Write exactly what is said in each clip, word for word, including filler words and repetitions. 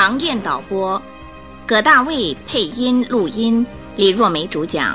王燕导播，葛大卫配音录音，李若梅主讲。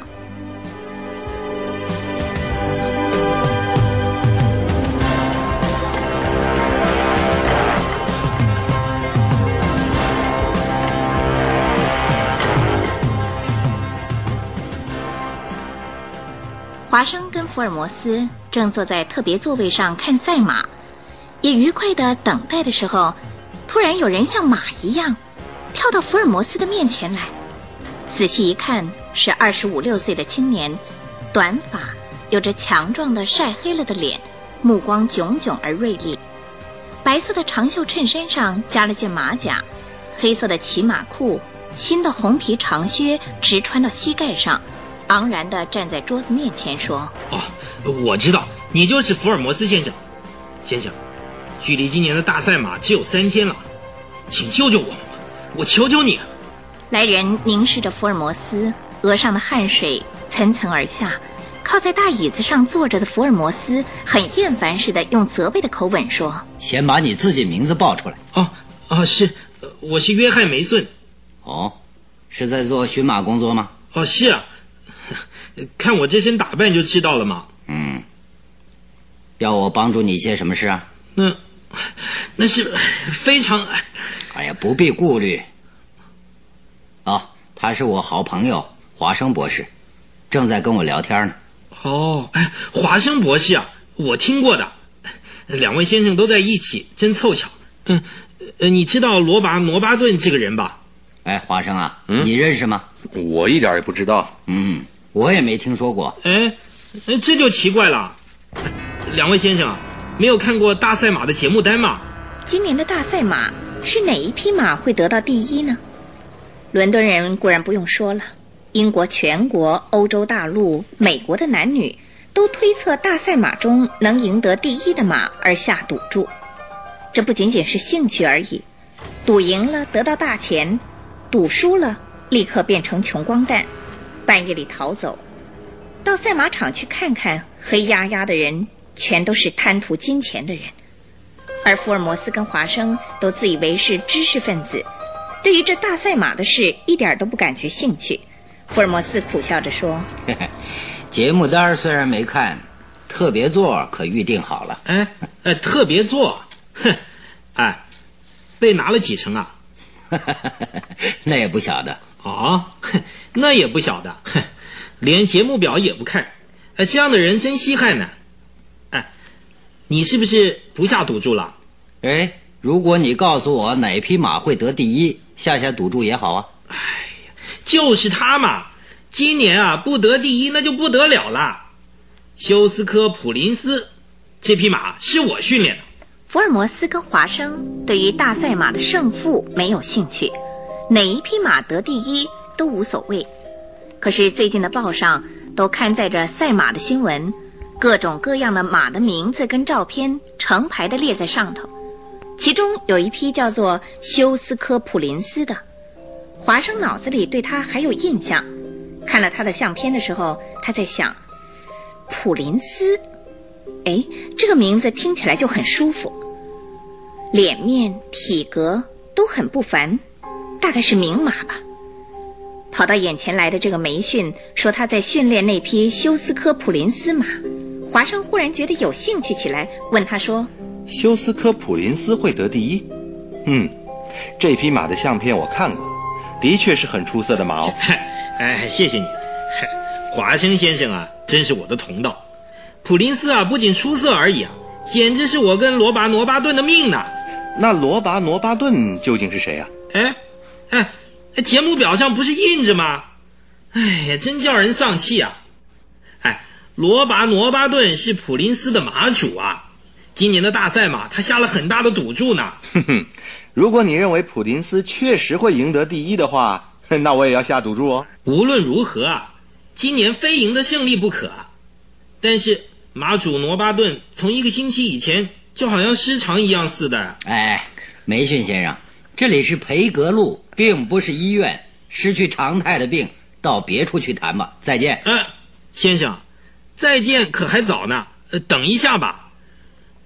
华生跟福尔摩斯正坐在特别座位上看赛马，也愉快地等待的时候，突然有人像马一样跳到福尔摩斯的面前来。仔细一看，是二十五六岁的青年，短发，有着强壮的晒黑了的脸，目光炯炯而锐利。白色的长袖衬衫上加了件马甲，黑色的骑马裤，新的红皮长靴直穿到膝盖上，昂然地站在桌子面前说： 哦，我知道你就是福尔摩斯先生。先生，距离今年的大赛马只有三天了，请救救我们吧，我求求你。 来人凝视着福尔摩斯，额上的汗水层层而下。靠在大椅子上坐着的福尔摩斯很厌烦似的用责备的口吻说： 先把你自己名字报出来。 哦哦，是，我是约翰梅顺。 哦，是在做驯马工作吗？ 哦，是啊，看我这身打扮就知道了嘛。 嗯，要我帮助你些什么事啊？ 那那是非常…… 哎呀，不必顾虑。哦，他是我好朋友华生博士，正在跟我聊天呢。 哦，哎，华生博士啊，我听过的。两位先生都在一起，真凑巧。嗯，呃，你知道罗拔罗巴顿这个人吧？ 哎，华生啊，嗯、你认识吗？ 我一点也不知道。 嗯，我也没听说过。 哎，这就奇怪了。两位先生啊，没有看过大赛马的节目单吗？ 今年的大赛马是哪一匹马会得到第一呢？伦敦人固然不用说了，英国全国、欧洲大陆、美国的男女都推测大赛马中能赢得第一的马而下赌注。这不仅仅是兴趣而已，赌赢了得到大钱，赌输了立刻变成穷光蛋，半夜里逃走。到赛马场去看看，黑压压的人全都是贪图金钱的人。而福尔摩斯跟华生都自以为是知识分子，对于这大赛马的事一点都不感觉兴趣。福尔摩斯苦笑着说： 节目单虽然没看，特别座可预定好了。 哎哎，特别座，哼，哎，被拿了几成啊？ 那也不晓得。 哦，那也不晓得，连节目表也不看。哎，这样的人真稀罕呢。哎，你是不是不下赌注了？ 哎，如果你告诉我哪匹马会得第一，下下赌注也好啊。 哎呀，就是他嘛！今年啊，不得第一那就不得了了。休斯科普林斯这匹马是我训练的。 福尔摩斯跟华生对于大赛马的胜负没有兴趣，哪一匹马得第一都无所谓。可是最近的报上都刊载着赛马的新闻，各种各样的马的名字跟照片成排的列在上头，其中有一匹叫做休斯科普林斯的。华生脑子里对他还有印象，看了他的相片的时候，他在想，普林斯，哎，这个名字听起来就很舒服，脸面体格都很不凡，大概是名马吧。跑到眼前来的这个梅逊说他在训练那匹休斯科普林斯马，华生忽然觉得有兴趣起来，问他说： 休斯科普林斯会得第一？嗯，这匹马的相片我看过，的确是很出色的马哦。 哎，谢谢你，华生先生啊，真是我的同道。普林斯啊，不仅出色而已啊，简直是我跟罗拔罗巴顿的命呢。 那罗拔罗巴顿究竟是谁啊？ 哎哎，节目表上不是印着吗？哎呀，真叫人丧气啊！哎，罗拔罗巴顿是普林斯的马主啊，今年的大赛马他下了很大的赌注呢。 哼哼，如果你认为普林斯确实会赢得第一的话，那我也要下赌注哦。 无论如何啊，今年非赢的胜利不可。但是马主罗巴顿从一个星期以前就好像失常一样似的。 哎，梅逊先生，这里是培格路，并不是医院，失去常态的病到别处去谈吧。再见。 呃，先生，再见可还早呢，呃，等一下吧。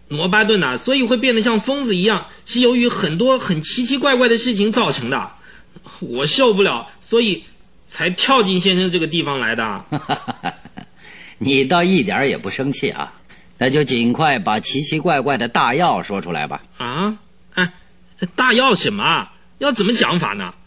罗巴顿啊，所以会变得像疯子一样，是由于很多很奇奇怪怪的事情造成的。我受不了，所以才跳进先生这个地方来的。 你倒一点也不生气啊？那就尽快把奇奇怪怪的大要说出来吧。 啊，哎，大要什么啊？要怎么讲法呢？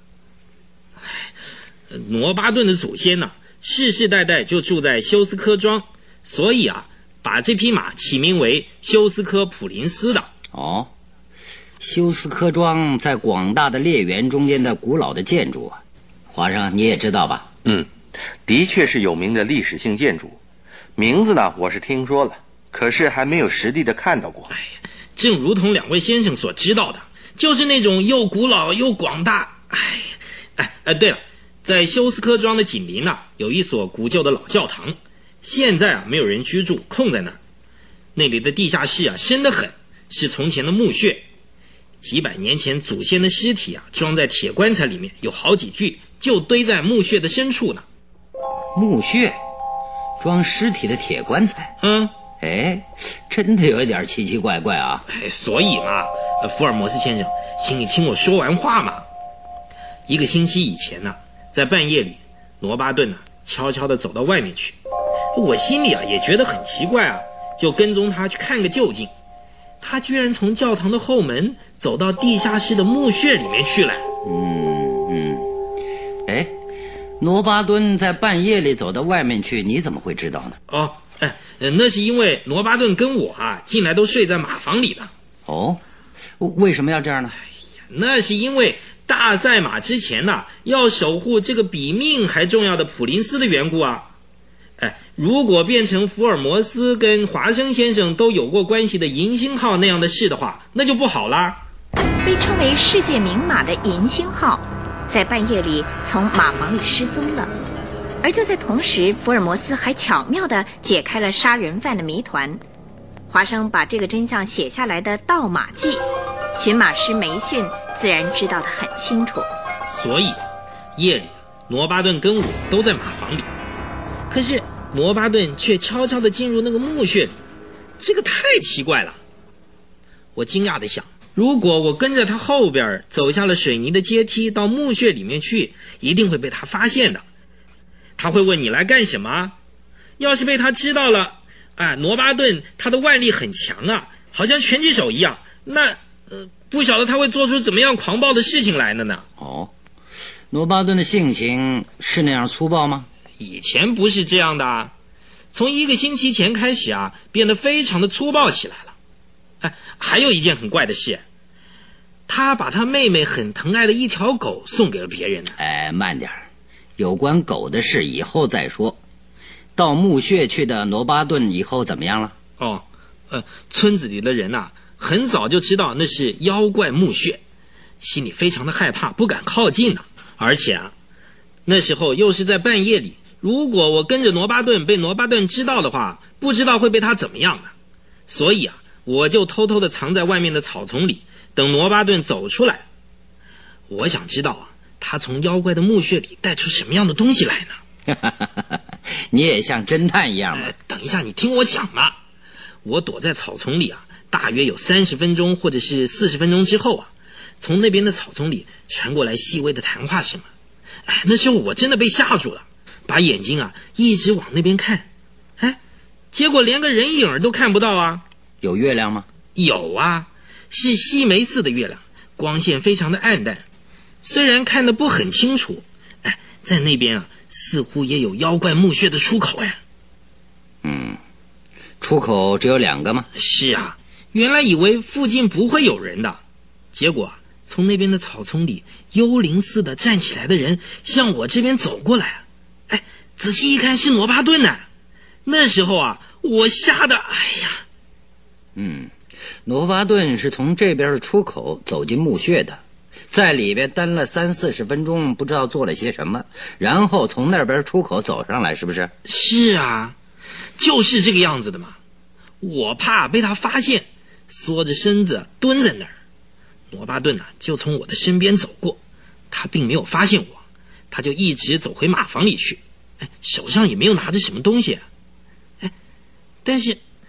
罗巴顿的祖先呢、啊，世世代代就住在休斯科庄，所以啊，把这匹马起名为休斯科普林斯的。 哦，休斯科庄在广大的猎园中间的古老的建筑啊，华生你也知道吧？ 嗯，的确是有名的历史性建筑，名字呢我是听说了，可是还没有实地的看到过。 哎呀，正如同两位先生所知道的，就是那种又古老又广大。哎，哎哎，对了，在休斯科庄的紧邻啊，有一所古旧的老教堂，现在啊没有人居住，空在那儿。那里的地下室啊深得很，是从前的墓穴。几百年前祖先的尸体啊装在铁棺材里面，有好几具就堆在墓穴的深处呢。 墓穴装尸体的铁棺材？ 嗯， 哎，真的有一点奇奇怪怪啊。 哎，所以嘛，福尔摩斯先生，请你听我说完话嘛。一个星期以前呢、啊，在半夜里，罗巴顿呢、啊、悄悄地走到外面去，我心里啊也觉得很奇怪啊，就跟踪他去看个究竟。他居然从教堂的后门走到地下室的墓穴里面去了。 嗯嗯，哎，罗巴顿在半夜里走到外面去，你怎么会知道呢？ 哦，哎，那是因为罗巴顿跟我啊近来都睡在马房里的。 哦，为什么要这样呢？ 哎呀，那是因为大赛马之前呢、啊，要守护这个比命还重要的普林斯的缘故啊。哎，如果变成福尔摩斯跟华生先生都有过关系的银星号那样的事的话，那就不好啦。 被称为世界名马的银星号，在半夜里从马房里失踪了。而就在同时，福尔摩斯还巧妙地解开了杀人犯的谜团。华生把这个真相写下来的《盗马记》，驯马师梅逊自然知道得很清楚。 所以夜里罗巴顿跟我都在马房里，可是罗巴顿却悄悄地进入那个墓穴里，这个太奇怪了。我惊讶地想，如果我跟着他后边走下了水泥的阶梯到墓穴里面去，一定会被他发现的。他会问你来干什么？要是被他知道了，哎，罗巴顿他的腕力很强啊，好像拳击手一样，那呃，不晓得他会做出怎么样狂暴的事情来的呢？ 哦，罗巴顿的性情是那样粗暴吗？ 以前不是这样的啊，从一个星期前开始啊，变得非常的粗暴起来了。哎，还有一件很怪的事，他把他妹妹很疼爱的一条狗送给了别人呢。 哎，慢点，有关狗的事以后再说。到墓穴去的罗巴顿以后怎么样了？ 哦，呃，村子里的人啊，很早就知道那是妖怪墓穴，心里非常的害怕，不敢靠近呢。而且啊，那时候又是在半夜里，如果我跟着罗巴顿被罗巴顿知道的话，不知道会被他怎么样呢。所以啊，我就偷偷的藏在外面的草丛里，等罗巴顿走出来。我想知道啊，他从妖怪的墓穴里带出什么样的东西来呢？ 你也像侦探一样吗？ 呃、等一下，你听我讲嘛。我躲在草丛里啊，大约有三十分钟或者是四十分钟之后啊，从那边的草丛里传过来细微的谈话声。哎，那时候我真的被吓住了，把眼睛啊一直往那边看。哎，结果连个人影都看不到啊。 有月亮吗？ 有啊，是西梅寺的月亮，光线非常的暗淡，虽然看得不很清楚。哎，在那边啊，似乎也有妖怪墓穴的出口。哎， 嗯，出口只有两个吗？ 是啊，原来以为附近不会有人的，结果从那边的草丛里幽灵似的站起来的人向我这边走过来。哎，仔细一看是罗巴顿呢。那时候啊，我吓得哎呀。 嗯，罗巴顿是从这边的出口走进墓穴的，在里边待了三四十分钟，不知道做了些什么，然后从那边出口走上来，是不是？ 是啊，就是这个样子的嘛。我怕被他发现，缩着身子蹲在那儿。罗巴顿啊，就从我的身边走过，他并没有发现我，他就一直走回马房里去。哎，手上也没有拿着什么东西。哎，但是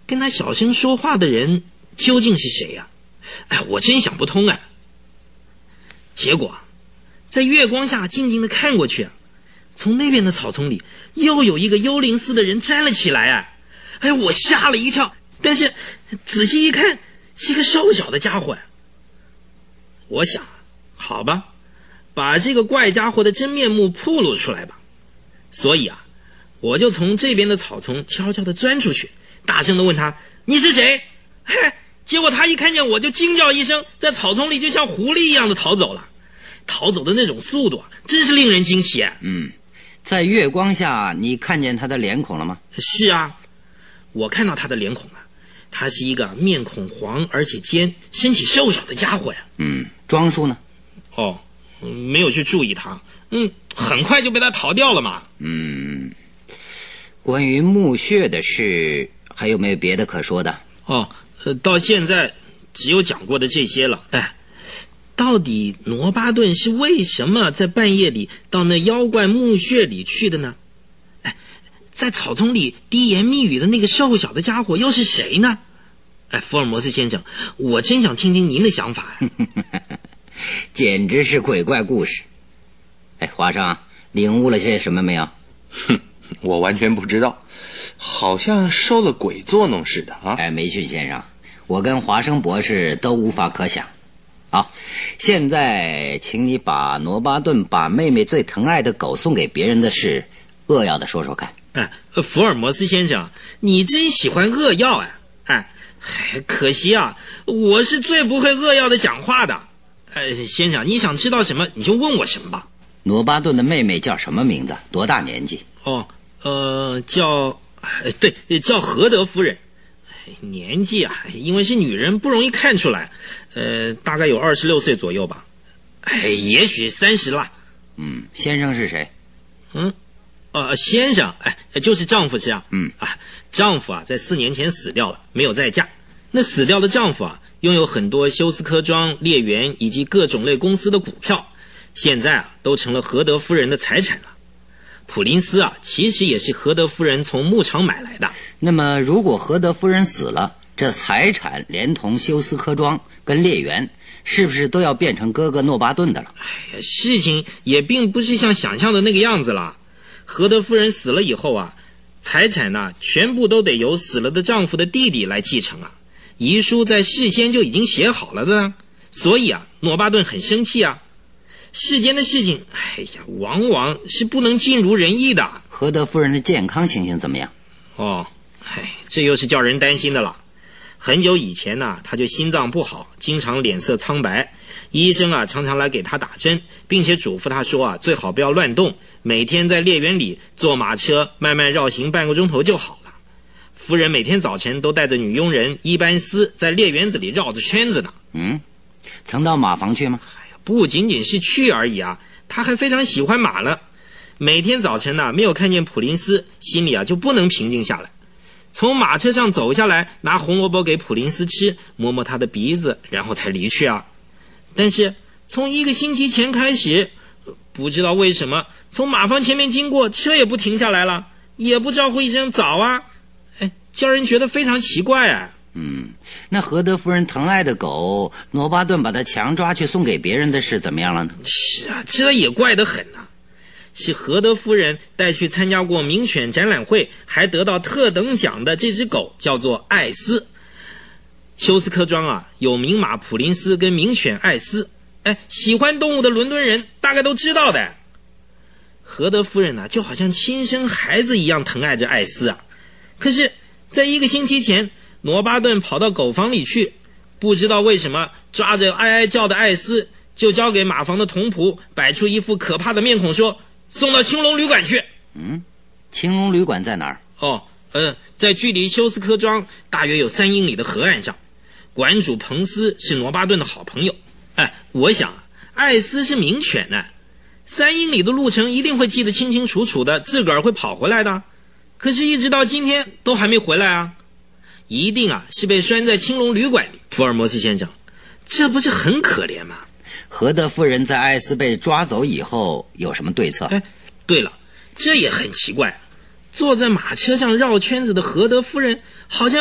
跟他小声说话的人究竟是谁呀、啊？哎，我真想不通啊。结果，在月光下静静地看过去啊，从那边的草丛里又有一个幽灵似的人站了起来啊！哎，我吓了一跳，但是仔细一看，是一个瘦小的家伙呀、啊。我想，好吧，把这个怪家伙的真面目暴露出来吧。所以啊，我就从这边的草丛悄悄地钻出去，大声地问他：“你是谁？”嘿，结果他一看见我就惊叫一声，在草丛里就像狐狸一样的逃走了。逃走的那种速度啊，真是令人惊奇啊。 嗯，在月光下，你看见他的脸孔了吗？ 是啊，我看到他的脸孔了。他是一个面孔黄而且尖、身体瘦小的家伙呀。 嗯，装束呢？ 哦，没有去注意他。嗯，很快就被他逃掉了嘛。 嗯，关于墓穴的事，还有没有别的可说的？ 哦，呃，到现在只有讲过的这些了。哎，到底罗巴顿是为什么在半夜里到那妖怪墓穴里去的呢？哎，在草丛里低言密语的那个瘦小的家伙又是谁呢？哎，福尔摩斯先生，我真想听听您的想法呀。 简直是鬼怪故事。哎，华生，领悟了些什么没有？ 哼，我完全不知道，好像受了鬼作弄似的啊！ 哎，梅逊先生，我跟华生博士都无法可想。好，现在请你把罗巴顿把妹妹最疼爱的狗送给别人的事，扼要的说说看。 哎，福尔摩斯先生，你真喜欢扼要啊！哎，可惜啊，我是最不会扼要的讲话的。哎，先生，你想知道什么，你就问我什么吧。 罗巴顿的妹妹叫什么名字？多大年纪？ 哦，呃，叫，对，叫何德夫人。年纪啊，因为是女人，不容易看出来。呃，大概有二十六岁左右吧。哎，也许三十了。 嗯，先生是谁？ 嗯，呃，先生，哎，就是丈夫是啊。 嗯啊，丈夫啊，在四年前死掉了，没有再嫁。那死掉的丈夫啊，拥有很多休斯科庄、猎园以及各种类公司的股票。现在啊，都成了何德夫人的财产了。普林斯啊，其实也是何德夫人从牧场买来的。 那么，如果何德夫人死了，这财产连同休斯科庄跟猎园，是不是都要变成哥哥诺巴顿的了？ 哎呀，事情也并不是像想象的那个样子了。何德夫人死了以后啊，财产呢、啊，全部都得由死了的丈夫的弟弟来继承啊。遗书在事先就已经写好了的呢，所以啊，诺巴顿很生气啊。世间的事情，哎呀，往往是不能尽如人意的。 何德夫人的健康情形怎么样？ 哦，哎，这又是叫人担心的了。很久以前呢、啊，她就心脏不好，经常脸色苍白。医生啊，常常来给她打针，并且嘱咐她说啊，最好不要乱动，每天在猎园里坐马车慢慢绕行半个钟头就好了。夫人每天早晨都带着女佣人伊班斯在猎园子里绕着圈子呢。 嗯，曾到马房去吗？ 不仅仅是去而已啊，他还非常喜欢马了。每天早晨呢、啊，没有看见普林斯，心里啊就不能平静下来。从马车上走下来，拿红萝卜给普林斯吃，摸摸他的鼻子，然后才离去啊。但是从一个星期前开始，不知道为什么，从马房前面经过，车也不停下来了，也不招呼一声早啊，哎，叫人觉得非常奇怪啊。 嗯，那何德夫人疼爱的狗罗巴顿把它强抓去送给别人的事怎么样了呢？ 是啊，这也怪得很呐、啊。是何德夫人带去参加过名犬展览会，还得到特等奖的这只狗叫做艾斯。休斯科庄啊，有名马普林斯跟名犬艾斯。哎，喜欢动物的伦敦人大概都知道的。何德夫人呢、啊，就好像亲生孩子一样疼爱着艾斯啊。可是，在一个星期前，罗巴顿跑到狗房里去，不知道为什么抓着哀哀叫的艾斯，就交给马房的童仆，摆出一副可怕的面孔说：“送到青龙旅馆去。” 嗯，青龙旅馆在哪儿？ 哦，呃，在距离休斯科庄大约有三英里的河岸上。馆主彭斯是罗巴顿的好朋友。哎，我想艾斯是名犬呢，三英里的路程一定会记得清清楚楚的，自个儿会跑回来的。可是，一直到今天都还没回来啊。一定啊是被拴在青龙旅馆里。福尔摩斯先生，这不是很可怜吗？ 何德夫人在艾斯被抓走以后有什么对策？ 哎，对了，这也很奇怪，坐在马车上绕圈子的何德夫人好像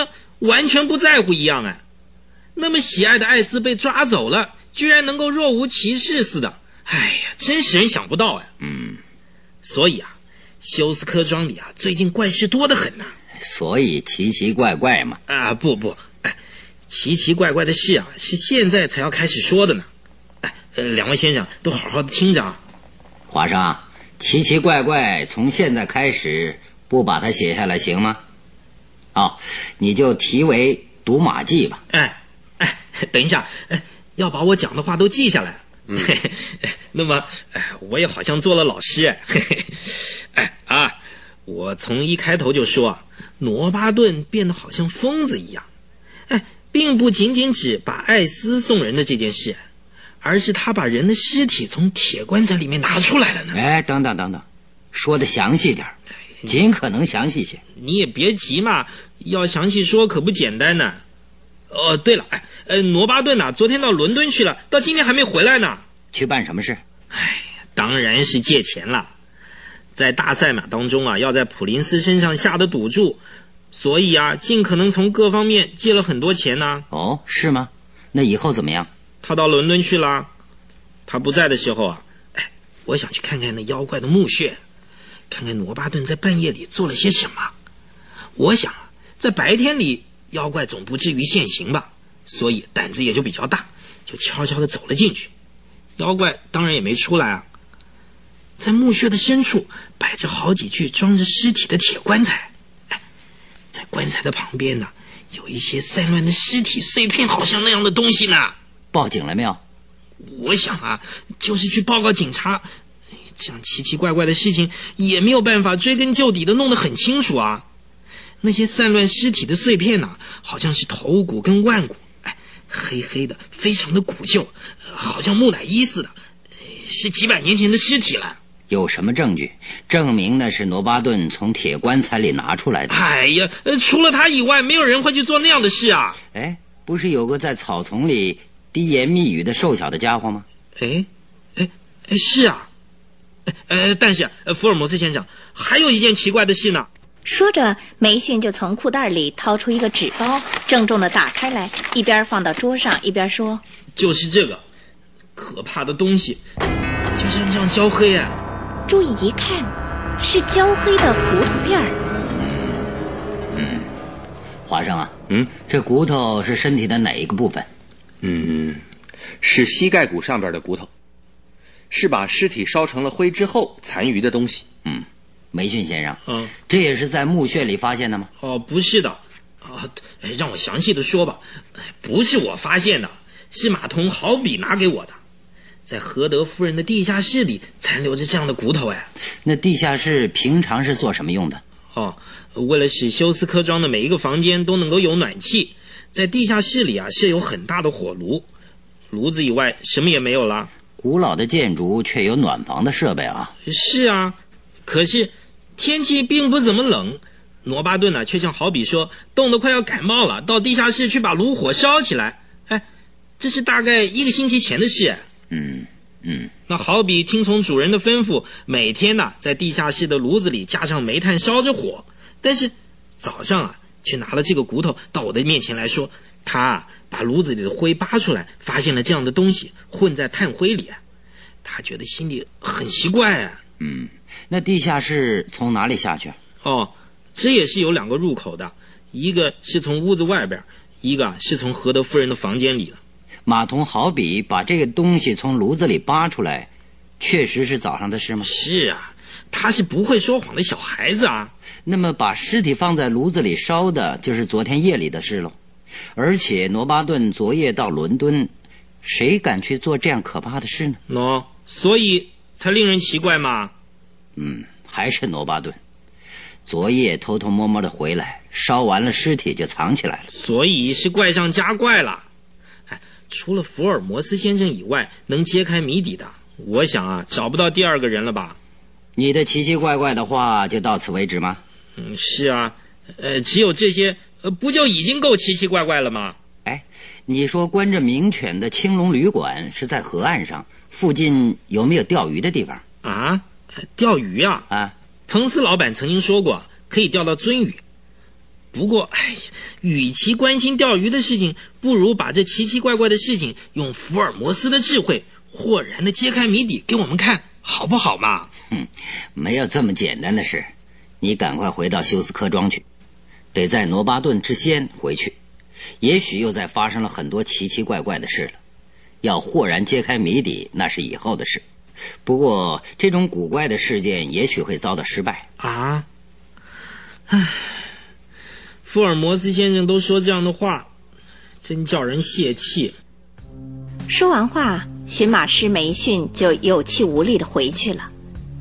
完全不在乎一样哎。那么喜爱的艾斯被抓走了，居然能够若无其事似的，哎呀，真使人想不到哎。 嗯， 所以啊，休斯科庄里啊，最近怪事多得很呐、啊。 所以奇奇怪怪嘛。 啊，不不，哎，奇奇怪怪的事啊，是现在才要开始说的呢。哎，呃，两位先生都好好的听着啊。 华生，奇奇怪怪从现在开始，不把它写下来行吗？哦，你就题为《赌马记》吧。 哎哎，等一下，哎，要把我讲的话都记下来。 嗯， 那么，哎，我也好像做了老师哎。哎啊，我从一开头就说啊，罗巴顿变得好像疯子一样。哎，并不仅仅指把艾斯送人的这件事，而是他把人的尸体从铁棺材里面拿出来了呢。 哎，等等等等，说的详细点，尽可能详细些。 你也别急嘛，要详细说可不简单呢。哦，对了，哎，呃，罗巴顿呐、啊，昨天到伦敦去了，到今天还没回来呢。 去办什么事？ 哎，当然是借钱了。在大赛马当中啊，要在普林斯身上下的赌注，所以啊，尽可能从各方面借了很多钱呢。 哦，是吗？那以后怎么样？ 他到伦敦去了。他不在的时候啊，哎，我想去看看那妖怪的墓穴，看看罗巴顿在半夜里做了些什么。我想啊，在白天里妖怪总不至于现形吧，所以胆子也就比较大，就悄悄地走了进去。妖怪当然也没出来啊。在墓穴的深处摆着好几具装着尸体的铁棺材，哎，在棺材的旁边呢，有一些散乱的尸体碎片，好像那样的东西呢。 报警了没有？ 我想啊，就是去报告警察。这样奇奇怪怪的事情也没有办法追根究底的弄得很清楚啊。那些散乱尸体的碎片呢、啊，好像是头骨跟腕骨，哎，黑黑的，非常的古旧，好像木乃伊似的，是几百年前的尸体了。 有什么证据证明那是罗巴顿从铁棺材里拿出来的？ 哎呀，除了他以外，没有人会去做那样的事啊。 哎，不是有个在草丛里低言密语的瘦小的家伙吗？ 哎，哎，哎，是啊。呃，但是福尔摩斯先生，还有一件奇怪的事呢。 说着，梅逊就从裤袋里掏出一个纸包，郑重地打开来，一边放到桌上，一边说：“ 就是这个可怕的东西，就像这样焦黑啊！ 注意一看，是焦黑的骨头片儿。” 嗯，华生啊， 嗯， 这骨头是身体的哪一个部分？ 嗯，是膝盖骨上边的骨头，是把尸体烧成了灰之后残余的东西。 嗯。梅逊先生， 嗯， 这也是在墓穴里发现的吗？ 哦，不是的，啊，让我详细的说吧。不是我发现的，是马童好比拿给我的，在何德夫人的地下室里残留着这样的骨头。哎， 那地下室平常是做什么用的？ 哦，为了使休斯科庄的每一个房间都能够有暖气，在地下室里啊设有很大的火炉，炉子以外什么也没有了。 古老的建筑却有暖房的设备啊？ 是啊，可是天气并不怎么冷，罗巴顿呢却像好比说冻得快要感冒了，到地下室去把炉火烧起来。哎，这是大概一个星期前的事。 嗯嗯， 那好比听从主人的吩咐，每天呢在地下室的炉子里加上煤炭烧着火，但是早上啊却拿了这个骨头到我的面前来说，他啊把炉子里的灰扒出来，发现了这样的东西混在炭灰里，他觉得心里很奇怪啊。 嗯，那地下室从哪里下去？ 哦，这也是有两个入口的，一个是从屋子外边，一个是从何德夫人的房间里了。 马童好比把这个东西从炉子里扒出来，确实是早上的事吗？ 是啊，他是不会说谎的小孩子啊。 那么把尸体放在炉子里烧的，就是昨天夜里的事喽。而且罗巴顿昨夜到伦敦，谁敢去做这样可怕的事呢？ 喏，所以才令人奇怪嘛。 嗯，还是罗巴顿昨夜偷偷摸摸的回来，烧完了尸体就藏起来了， 所以是怪上加怪了。哎，除了福尔摩斯先生以外，能揭开谜底的，我想啊，找不到第二个人了吧？ 你的奇奇怪怪的话就到此为止吗？ 嗯，是啊，呃，只有这些，呃，不就已经够奇奇怪怪了吗？ 哎，你说关着名犬的青龙旅馆是在河岸上，附近有没有钓鱼的地方？ 啊，钓鱼啊？ 啊， 彭斯老板曾经说过可以钓到鳟鱼， 不过，哎呀，与其关心钓鱼的事情，不如把这奇奇怪怪的事情用福尔摩斯的智慧豁然的揭开谜底给我们看，好不好嘛？ 嗯，没有这么简单的事。你赶快回到休斯科庄去，得在罗巴顿之先回去。也许又再发生了很多奇奇怪怪的事了。要豁然揭开谜底，那是以后的事。不过这种古怪的事件也许会遭到失败啊！唉，福尔摩斯先生都说这样的话，真叫人泄气。 说完话，驯马师梅逊就有气无力地回去了。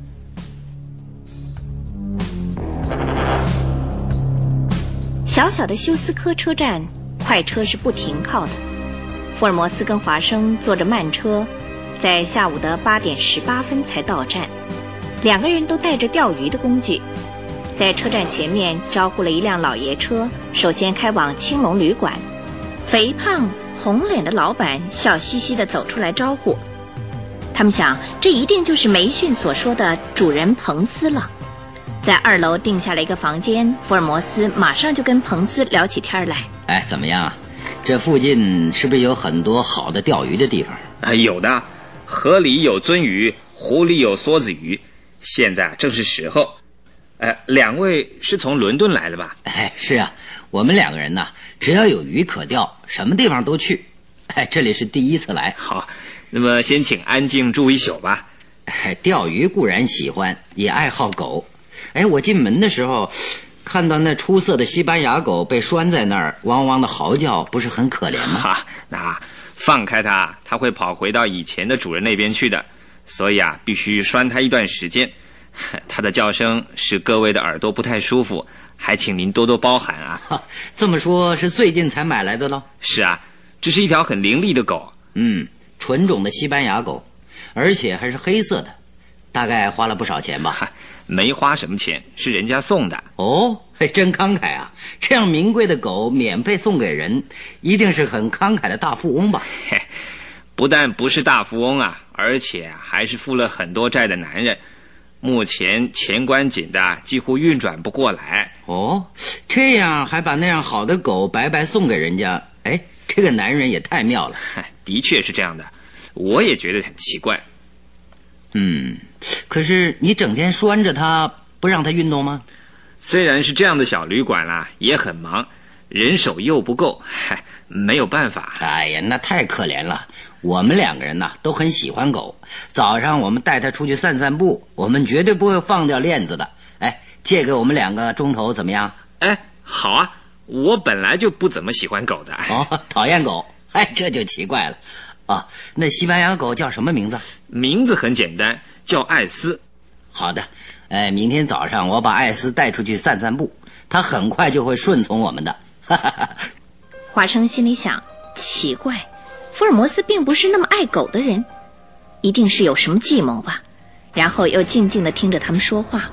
小小的休斯科车站，快车是不停靠的。福尔摩斯跟华生坐着慢车，在下午的八点十八分才到站。两个人都带着钓鱼的工具，在车站前面招呼了一辆老爷车，首先开往青龙旅馆。肥胖红脸的老板笑嘻嘻地走出来招呼。他们想，这一定就是梅逊所说的主人彭斯了。在二楼订下了一个房间，福尔摩斯马上就跟彭斯聊起天来。 哎，怎么样啊？这附近是不是有很多好的钓鱼的地方？ 啊，有的，河里有鳟鱼，湖里有梭子鱼，现在正是时候。呃，两位是从伦敦来的吧？ 哎，是啊，我们两个人呢，只要有鱼可钓，什么地方都去。哎，这里是第一次来。 好，那么先请安静住一宿吧。 哎，钓鱼固然喜欢，也爱好狗。哎，我进门的时候看到那出色的西班牙狗被拴在那儿，汪汪的嚎叫，不是很可怜吗？ 哈，那放开它，它会跑回到以前的主人那边去的，所以啊，必须拴它一段时间。它的叫声使各位的耳朵不太舒服，还请您多多包涵啊。 哈，这么说是最近才买来的喽？ 是啊，这是一条很伶俐的狗。 嗯，纯种的西班牙狗，而且还是黑色的，大概花了不少钱吧？ 没花什么钱，是人家送的。 哦，嘿，真慷慨啊！这样名贵的狗免费送给人，一定是很慷慨的大富翁吧？ 嘿，不但不是大富翁啊，而且还是负了很多债的男人。目前钱关紧的，几乎运转不过来。 哦，这样还把那样好的狗白白送给人家，哎，这个男人也太妙了。 的确是这样的，我也觉得很奇怪。 嗯，可是你整天拴着它，不让它运动吗？ 虽然是这样的小旅馆啦、啊，也很忙，人手又不够，嗨，没有办法。 哎呀，那太可怜了。我们两个人呐、啊、都很喜欢狗，早上我们带它出去散散步，我们绝对不会放掉链子的。哎，借给我们两个钟头怎么样？ 哎，好啊，我本来就不怎么喜欢狗的。 哦，讨厌狗，哎，这就奇怪了。啊，那西班牙狗叫什么名字？ 名字很简单，叫艾斯。 好的，哎，明天早上我把艾斯带出去散散步，它很快就会顺从我们的。哈哈哈。 华生心里想，奇怪，福尔摩斯并不是那么爱狗的人，一定是有什么计谋吧。然后又静静地听着他们说话。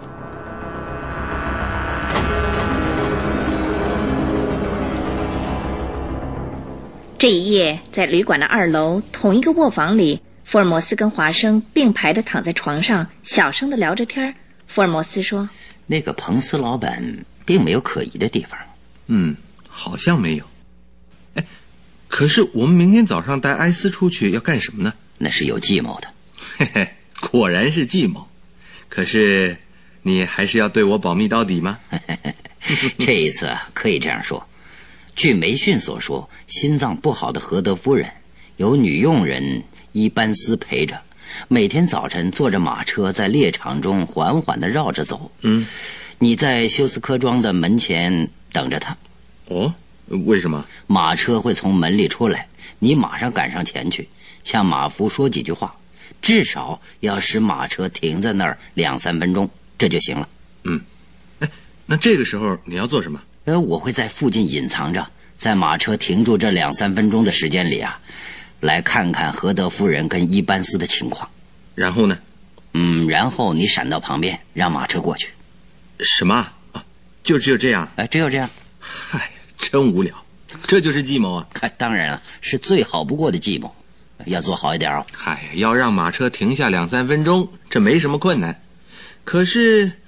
这一夜，在旅馆的二楼同一个卧房里，福尔摩斯跟华生并排地躺在床上，小声地聊着天。福尔摩斯说：“ 那个彭斯老板并没有可疑的地方。” 嗯，好像没有。哎，可是我们明天早上带艾斯出去要干什么呢？ 那是有计谋的。 嘿嘿，果然是计谋。可是你还是要对我保密到底吗？ 这一次可以这样说。据梅逊所说，心脏不好的何德夫人有女佣人伊班斯陪着，每天早晨坐着马车在猎场中缓缓地绕着走。 嗯， 你在休斯科庄的门前等着他。 哦，为什么？ 马车会从门里出来，你马上赶上前去，向马夫说几句话，至少要使马车停在那儿两三分钟，这就行了。 嗯，哎，那这个时候你要做什么？ 呃，我会在附近隐藏着，在马车停住这两三分钟的时间里啊，来看看何德夫人跟伊班斯的情况。 然后呢？ 嗯，然后你闪到旁边，让马车过去。 什么啊？就只有这样？ 哎、呃，只有这样。 嗨，真无聊。这就是计谋啊！ 嗨，当然了，是最好不过的计谋，要做好一点哦。 嗨，要让马车停下两三分钟，这没什么困难。可是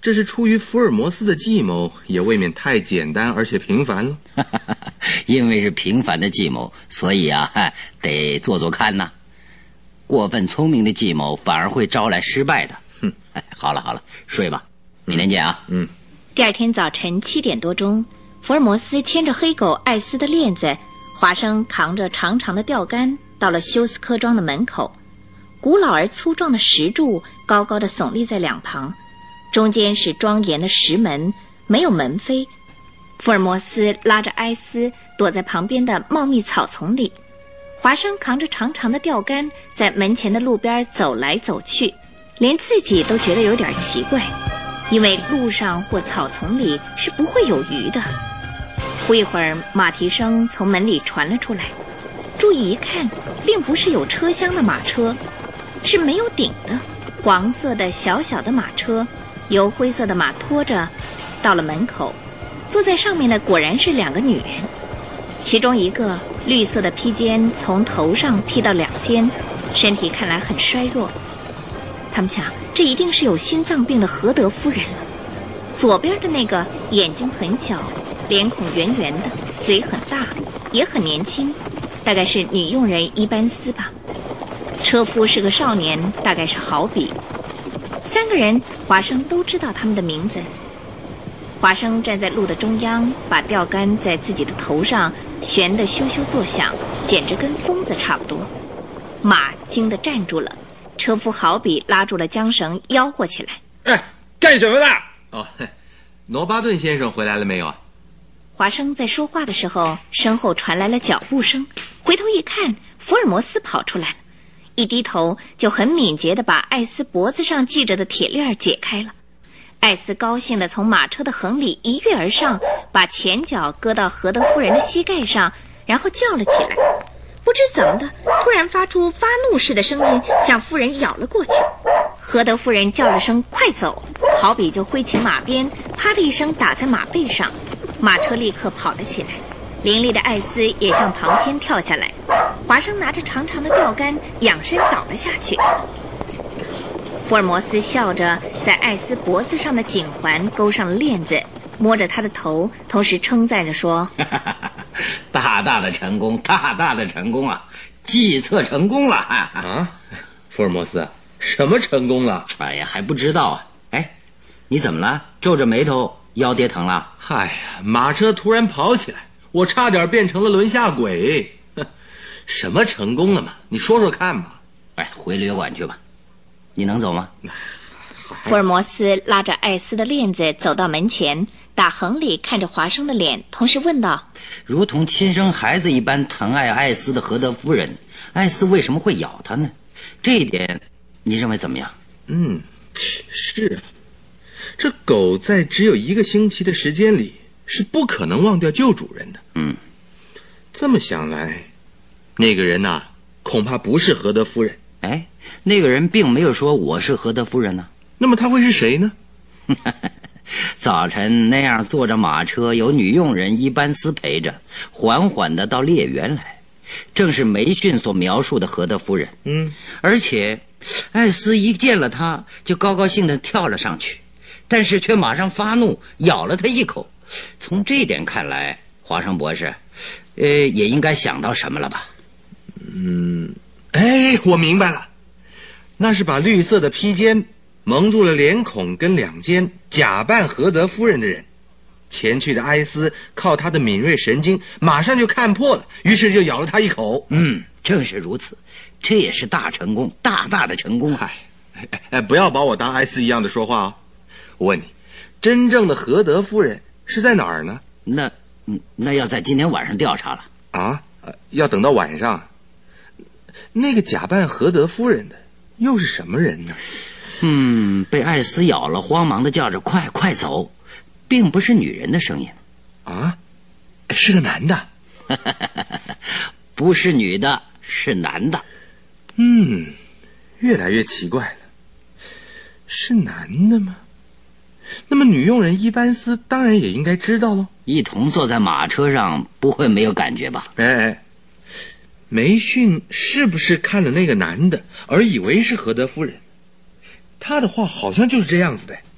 这是出于福尔摩斯的计谋，也未免太简单而且平凡了。 因为是平凡的计谋，所以啊，得做做看呐。过分聪明的计谋反而会招来失败的。 哼， 哎，好了好了，睡吧，明天见啊。 嗯。 第二天早晨七点多钟，福尔摩斯牵着黑狗艾斯的链子，华生扛着长长的钓竿，到了休斯科庄的门口。古老而粗壮的石柱高高的耸立在两旁，中间是庄严的石门，没有门扉。福尔摩斯拉着艾斯躲在旁边的茂密草丛里，华生扛着长长的钓竿在门前的路边走来走去，连自己都觉得有点奇怪，因为路上或草丛里是不会有鱼的。不一会儿，马蹄声从门里传了出来，注意一看，并不是有车厢的马车，是没有顶的黄色的小小的马车，由灰色的马拖着到了门口。坐在上面的果然是两个女人，其中一个绿色的披肩从头上披到两肩，身体看来很衰弱。他们想，这一定是有心脏病的何德夫人。左边的那个眼睛很小，脸孔圆圆的，嘴很大，也很年轻，大概是女佣人伊班斯吧。车夫是个少年，大概是豪比。三个人华生都知道他们的名字。华生站在路的中央，把钓竿在自己的头上旋得咻咻作响，简直跟疯子差不多。马惊得站住了，车夫豪比拉住了缰绳，吆喝起来：“ 哎，干什么呢？”“ 哦，罗巴顿先生回来了没有啊？” 华生在说话的时候，身后传来了脚步声，回头一看，福尔摩斯跑出来了，一低头就很敏捷地把艾斯脖子上系着的铁链解开了。艾斯高兴地从马车的横里一跃而上，把前脚搁到何德夫人的膝盖上，然后叫了起来。不知怎么的，突然发出发怒似的声音，向夫人咬了过去。何德夫人叫了声快走，豪比就挥起马鞭，啪的一声打在马背上，马车立刻跑了起来。伶俐的艾斯也向旁边跳下来，华生拿着长长的钓竿仰身倒了下去。福尔摩斯笑着在艾斯脖子上的颈环勾上了链子，摸着他的头，同时称赞着说：“ 大大的成功，大大的成功啊！计策成功了！” 啊，福尔摩斯，什么成功了？ 哎呀，还不知道啊！哎，你怎么了？皱着眉头，腰跌疼了？ 嗨呀，马车突然跑起来，我差点变成了轮下鬼。什么成功了嘛？你说说看嘛。 哎，回旅馆去吧。你能走吗？ 福尔摩斯拉着艾斯的链子走到门前，打横里看着华生的脸，同时问道：“ 如同亲生孩子一般疼爱艾斯的何德夫人，艾斯为什么会咬他呢？这一点，你认为怎么样？” 嗯，是啊，这狗在只有一个星期的时间里是不可能忘掉旧主人的。 嗯， 这么想来，那个人呐、啊，恐怕不是何德夫人。 哎，那个人并没有说我是何德夫人呢。 那么他会是谁呢？ 早晨那样坐着马车，有女佣人伊班斯陪着，缓缓地到猎园来，正是梅逊所描述的何德夫人。 嗯， 而且艾斯一见了他就高高兴地跳了上去，但是却马上发怒，咬了他一口。从这一点看来，华生博士，呃，也应该想到什么了吧？ 嗯，哎，我明白了，那是把绿色的披肩蒙住了脸孔跟两肩，假扮何德夫人的人。前去的埃斯靠他的敏锐神经，马上就看破了，于是就咬了他一口。 嗯，正是如此，这也是大成功，大大的成功。 嗨，哎哎，不要把我当埃斯一样的说话啊！我问你，真正的何德夫人是在哪儿呢？ 那，那要在今天晚上调查了。 啊，要等到晚上。那个假扮何德夫人的又是什么人呢？ 嗯，被艾斯咬了，慌忙的叫着快快走，并不是女人的声音。 啊，是个男的。 不是女的，是男的。 嗯，越来越奇怪了，是男的吗？那么女佣人伊班斯当然也应该知道喽。 一同坐在马车上，不会没有感觉吧？ 哎哎，梅逊是不是看了那个男的而以为是何德夫人？他的话好像就是这样子的。 嗯，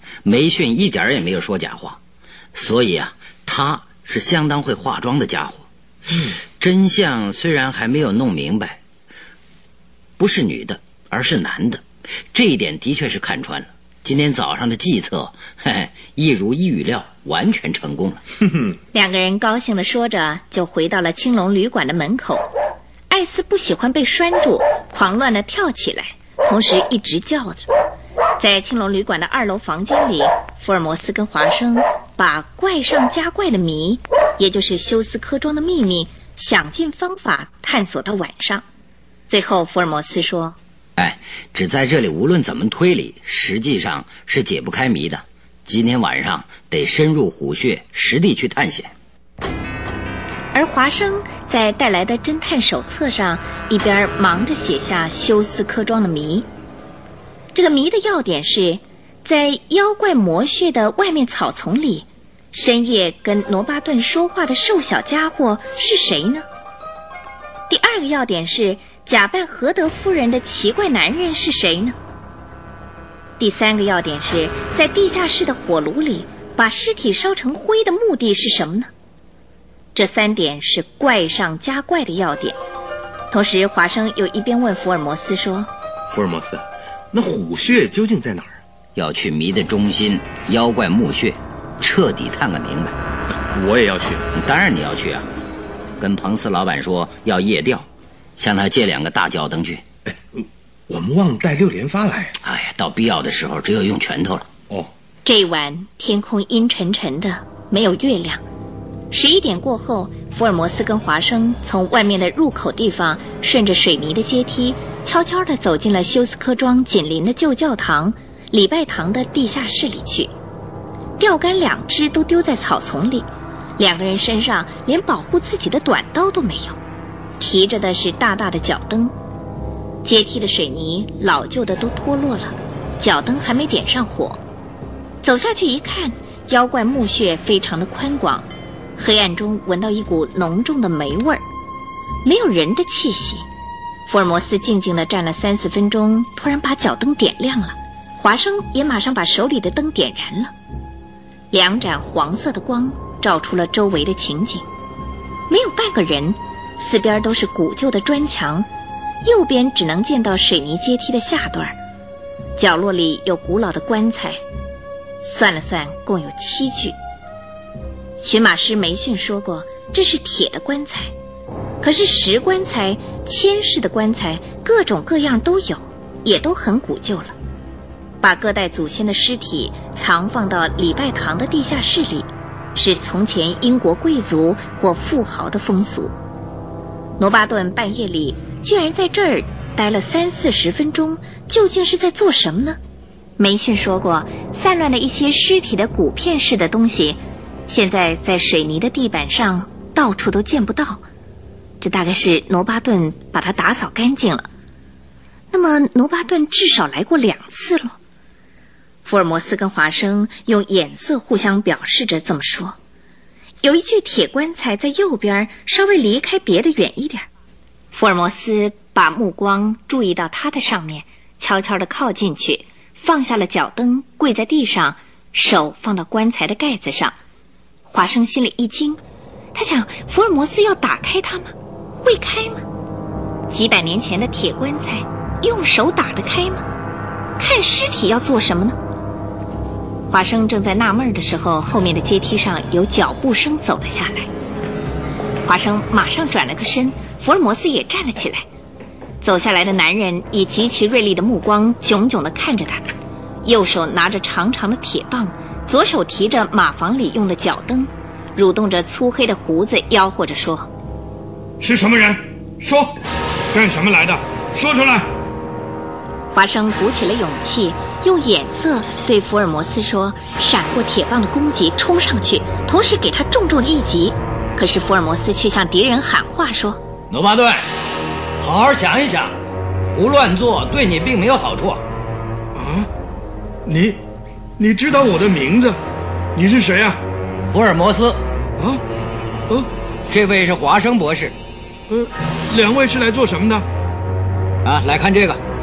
梅逊一点也没有说假话，所以啊，他是相当会化妆的家伙。 嗯， 真相虽然还没有弄明白，不是女的，而是男的，这一点的确是看穿了。今天早上的计策，嘿嘿，一如一语料，完全成功了。 两个人高兴地说着，就回到了青龙旅馆的门口。艾斯不喜欢被拴住，狂乱地跳起来，同时一直叫着。在青龙旅馆的二楼房间里，福尔摩斯跟华生把怪上加怪的谜，也就是休斯科庄的秘密，想尽方法探索到晚上。最后福尔摩斯说， 哎，只在这里无论怎么推理，实际上是解不开谜的。今天晚上得深入虎穴，实地去探险。 而华生在带来的侦探手册上一边忙着写下休斯科庄的谜。这个谜的要点是，在妖怪魔穴的外面草丛里，深夜跟罗巴顿说话的瘦小家伙是谁呢？第二个要点是，假扮何德夫人的奇怪男人是谁呢？第三个要点是，在地下室的火炉里把尸体烧成灰的目的是什么呢？这三点是怪上加怪的要点。同时华生又一边问福尔摩斯说， 福尔摩斯，那虎穴究竟在哪儿？ 要去谜的中心妖怪墓穴，彻底探个明白。 我也要去。 当然你要去啊，跟彭斯老板说要夜钓，向他借两个大脚灯去。 哎，我们忘带六连发来。 哎呀，到必要的时候只有用拳头了。 哦， 这一晚天空阴沉沉的，没有月亮。十一点过后，福尔摩斯跟华生从外面的入口地方顺着水泥的阶梯悄悄地走进了休斯科庄紧邻的旧教堂礼拜堂的地下室里去。钓竿两只都丢在草丛里，两个人身上连保护自己的短刀都没有，提着的是大大的脚灯。阶梯的水泥老旧的都脱落了，脚灯还没点上火。走下去一看，妖怪墓穴非常的宽广，黑暗中闻到一股浓重的霉味儿，没有人的气息。福尔摩斯静静地站了三四分钟，突然把脚灯点亮了，华生也马上把手里的灯点燃了。两盏黄色的光照出了周围的情景，没有半个人，四边都是古旧的砖墙，右边只能见到水泥阶梯的下段，角落里有古老的棺材，算了算共有七具。驯马师梅逊说过，这是铁的棺材，可是石棺材、铅式的棺材各种各样都有，也都很古旧了。把各代祖先的尸体藏放到礼拜堂的地下室里，是从前英国贵族或富豪的风俗。罗巴顿半夜里居然在这儿待了三四十分钟，究竟是在做什么呢？梅逊说过，散乱了一些尸体的骨片式的东西，现在在水泥的地板上到处都见不到，这大概是罗巴顿把它打扫干净了。那么罗巴顿至少来过两次了。福尔摩斯跟华生用眼色互相表示着这么说。有一具铁棺材在右边，稍微离开别的远一点。福尔摩斯把目光注意到他的上面，悄悄地靠进去，放下了脚灯，跪在地上，手放到棺材的盖子上。华生心里一惊，他想，福尔摩斯要打开它吗？会开吗？几百年前的铁棺材用手打得开吗？看尸体要做什么呢？华生正在纳闷的时候，后面的阶梯上有脚步声走了下来。华生马上转了个身，福尔摩斯也站了起来。走下来的男人以极其锐利的目光炯炯地看着他，右手拿着长长的铁棒，左手提着马房里用的脚灯，蠕动着粗黑的胡子，吆喝着说： 是什么人？说，干什么来的？说出来！ 华生鼓起了勇气，用眼色对福尔摩斯说，闪过铁棒的攻击，冲上去，同时给他重重一击。可是福尔摩斯却向敌人喊话说： 罗巴顿，好好想一想，胡乱做对你并没有好处。 啊，你你知道我的名字？你是谁啊？ 福尔摩斯。 啊，呃， 这位是华生博士。 呃，两位是来做什么的？ 啊，来看这个。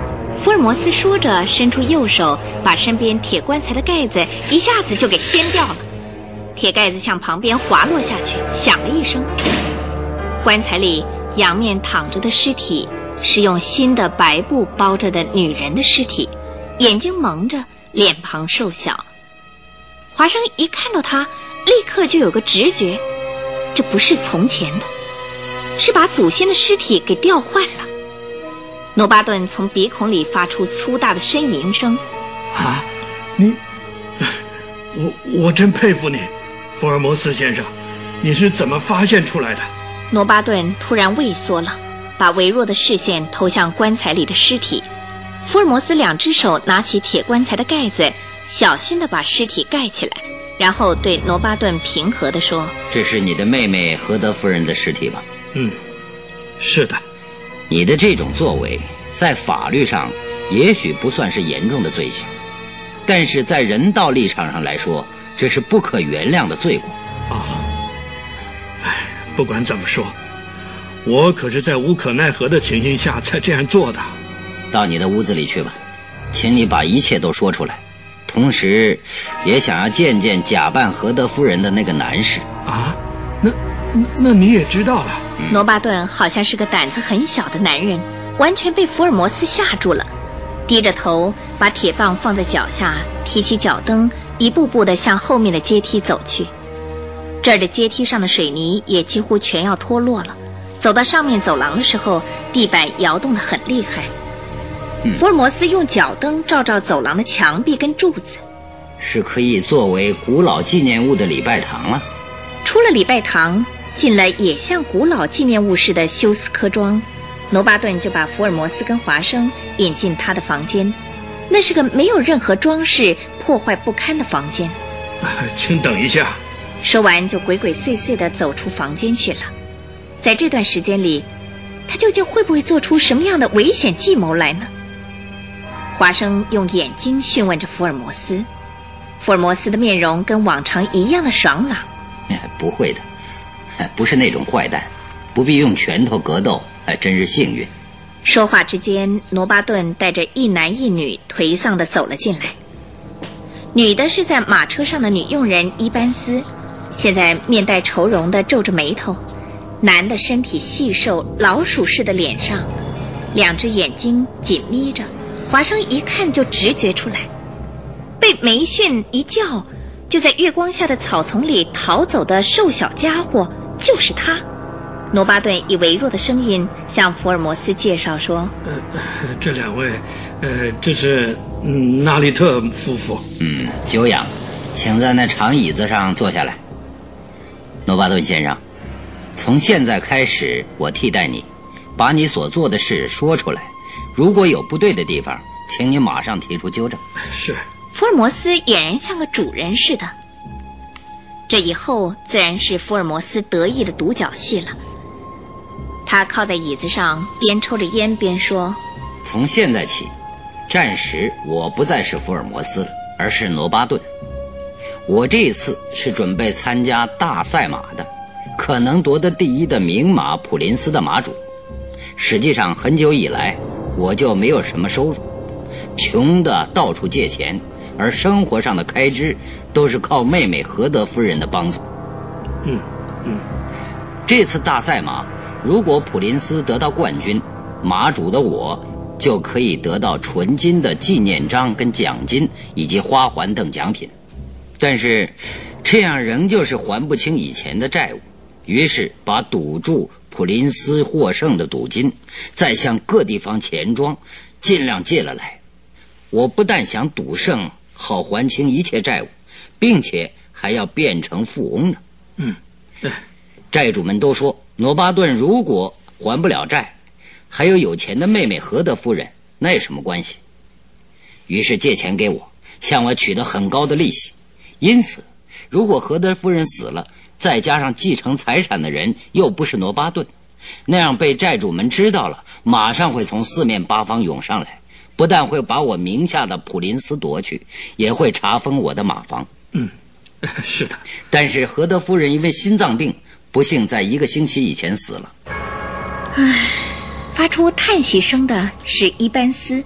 福尔摩斯说着，伸出右手，把身边铁棺材的盖子一下子就给掀掉了。铁盖子向旁边滑落下去，响了一声。棺材里仰面躺着的尸体是用新的白布包着的女人的尸体，眼睛蒙着，脸庞瘦小。华生一看到他，立刻就有个直觉，这不是从前的，是把祖先的尸体给调换了。诺巴顿从鼻孔里发出粗大的呻吟声。 啊，你，我我真佩服你，福尔摩斯先生，你是怎么发现出来的？ 诺巴顿突然畏缩了，把微弱的视线投向棺材里的尸体。福尔摩斯两只手拿起铁棺材的盖子，小心地把尸体盖起来，然后对诺巴顿平和地说：“ 这是你的妹妹何德夫人的尸体吧？”“ 嗯，是的。”“ 你的这种作为，在法律上也许不算是严重的罪行，但是在人道立场上来说，这是不可原谅的罪过。”“ 啊，哎，不管怎么说，我可是在无可奈何的情形下才这样做的。”“ 到你的屋子里去吧，请你把一切都说出来，同时也想要见见假扮何德夫人的那个男士。”“ 啊，那那你也知道了。” 诺巴顿好像是个胆子很小的男人，完全被福尔摩斯吓住了，低着头把铁棒放在脚下，提起脚蹬，一步步地向后面的阶梯走去。这儿的阶梯上的水泥也几乎全要脱落了，走到上面走廊的时候，地板摇动得很厉害。 嗯、 福尔摩斯用脚蹬照照走廊的墙壁跟柱子， 是可以作为古老纪念物的礼拜堂了。 出了礼拜堂，进了也像古老纪念物似的休斯科庄，诺巴顿就把福尔摩斯跟华生引进他的房间。那是个没有任何装饰、破坏不堪的房间。 啊，请等一下。 说完就鬼鬼祟祟地走出房间去了。在这段时间里，他究竟会不会做出什么样的危险计谋来呢？华生用眼睛询问着福尔摩斯，福尔摩斯的面容跟往常一样的爽朗。 不会的，不是那种坏蛋，不必用拳头格斗，真是幸运。 说话之间，罗巴顿带着一男一女颓丧地走了进来。女的是在马车上的女佣人伊班斯，现在面带愁容地皱着眉头。男的身体细瘦，老鼠似的脸上，两只眼睛紧眯着，华生一看就直觉出来，被梅逊一叫就在月光下的草丛里逃走的瘦小家伙就是他。诺巴顿以微弱的声音向福尔摩斯介绍说：“ 呃，这两位，呃，这是嗯纳利特夫妇。 嗯，久仰，请在那长椅子上坐下来。诺巴顿先生，从现在开始，我替代你，把你所做的事说出来。如果有不对的地方，请你马上提出纠正。”“ 是。” 福尔摩斯俨然像个主人似的。这以后自然是福尔摩斯得意的独角戏了。他靠在椅子上，边抽着烟边说：“ 从现在起，暂时我不再是福尔摩斯了，而是罗巴顿。我这一次是准备参加大赛马的，可能夺得第一的名马普林斯的马主。实际上很久以来我就没有什么收入，穷的到处借钱，而生活上的开支都是靠妹妹何德夫人的帮助。 嗯嗯， 这次大赛马，如果普林斯得到冠军，马主的我就可以得到纯金的纪念章跟奖金以及花环等奖品。但是这样仍旧是还不清以前的债务，于是把赌注普林斯获胜的赌金再向各地方钱庄尽量借了来。我不但想赌胜好还清一切债务，并且还要变成富翁呢。 嗯，对。 债主们都说罗巴顿如果还不了债，还有有钱的妹妹何德夫人，那有什么关系？于是借钱给我，向我取得很高的利息。因此如果何德夫人死了，再加上继承财产的人又不是罗巴顿，那样被债主们知道了，马上会从四面八方涌上来，不但会把我名下的普林斯夺去，也会查封我的马房。 嗯，是的。 但是何德夫人因为心脏病，不幸在一个星期以前死了。 唉，发出叹息声的是伊班斯，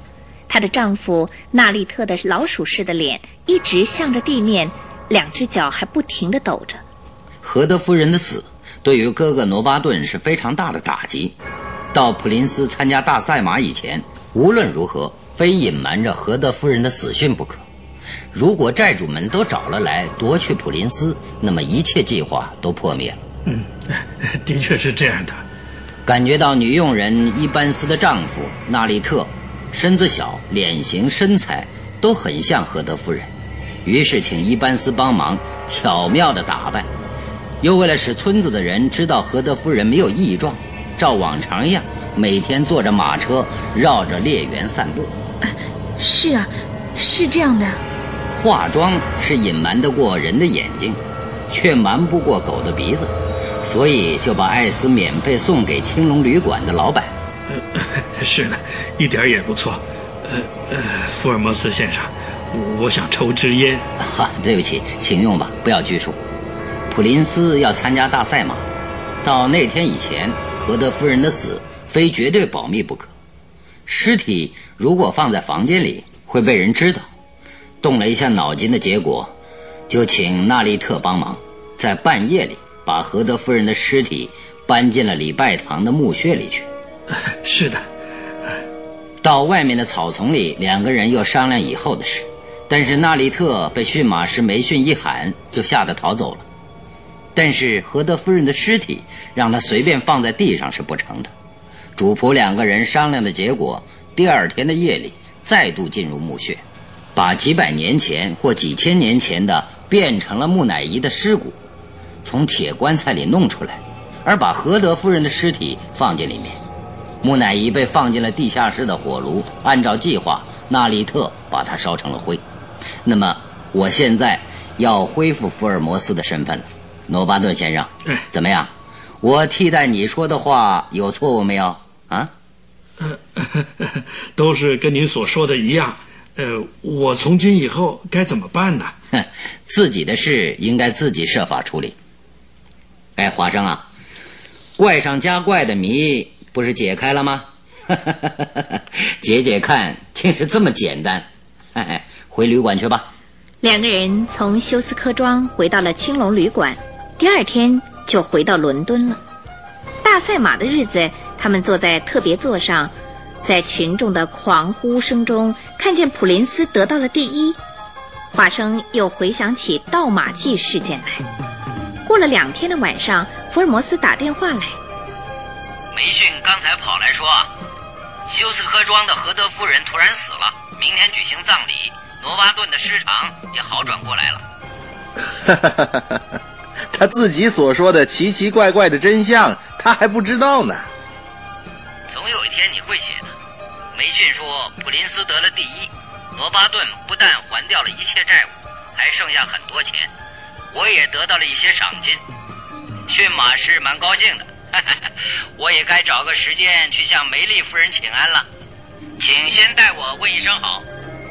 她的丈夫纳利特的老鼠似的脸一直向着地面，两只脚还不停地抖着。 何德夫人的死对于哥哥罗巴顿是非常大的打击。到普林斯参加大赛马以前，无论如何非隐瞒着何德夫人的死讯不可。如果债主们都找了来夺去普林斯，那么一切计划都破灭了。 嗯，的确是这样的。 感觉到女佣人伊班斯的丈夫纳利特身子小，脸型身材都很像何德夫人，于是请伊班斯帮忙巧妙地打扮，又为了使村子的人知道何德夫人没有异状，照往常一样每天坐着马车绕着猎园散步。 啊，是啊，是这样的。 化妆是隐瞒得过人的眼睛，却瞒不过狗的鼻子，所以就把艾斯免费送给青龙旅馆的老板。 呃，是的，一点也不错。呃呃，福尔摩斯先生，我想抽支烟。 哈，对不起，请用吧，不要拘束。普林斯要参加大赛马，到那天以前，何德夫人的死非绝对保密不可。尸体如果放在房间里，会被人知道。动了一下脑筋的结果，就请纳利特帮忙，在半夜里把何德夫人的尸体搬进了礼拜堂的墓穴里去。 是的。 到外面的草丛里，两个人又商量以后的事，但是纳利特被驯马师梅逊一喊，就吓得逃走了。但是何德夫人的尸体让他随便放在地上是不成的。主仆两个人商量的结果，第二天的夜里再度进入墓穴，把几百年前或几千年前的变成了木乃伊的尸骨从铁棺材里弄出来，而把何德夫人的尸体放进里面。木乃伊被放进了地下室的火炉，按照计划，纳利特把它烧成了灰。那么我现在要恢复福尔摩斯的身份了，诺巴顿先生，怎么样？我替代你说的话有错误没有啊？ 呃，都是跟您所说的一样。呃，我从今以后该怎么办呢？ 自己的事应该自己设法处理。哎，华生啊，怪上加怪的谜不是解开了吗？解解看，竟是这么简单。回旅馆去吧。 两个人从休斯科庄回到了青龙旅馆，第二天就回到伦敦了。大赛马的日子，他们坐在特别座上，在群众的狂呼声中看见普林斯得到了第一。华生又回想起盗马记事件来。过了两天的晚上，福尔摩斯打电话来， 梅逊刚才跑来说，休斯科庄的何德夫人突然死了，明天举行葬礼，罗巴顿的失常也好转过来了。 他自己所说的奇奇怪怪的真相，他还不知道呢。 总有一天你会写的。梅逊说普林斯得了第一，罗巴顿不但还掉了一切债务，还剩下很多钱，我也得到了一些赏金。驯马师蛮高兴的，我也该找个时间去向梅丽夫人请安了，请先代我问一声好。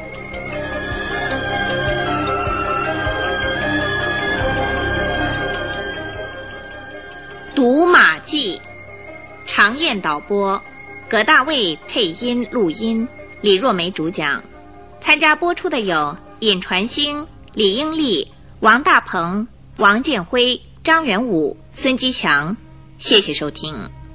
赌马记，常燕导播，葛大卫配音录音，李若梅主讲。参加播出的有尹传星、李英丽、王大鹏、王建辉、张元武、孙基祥。谢谢收听。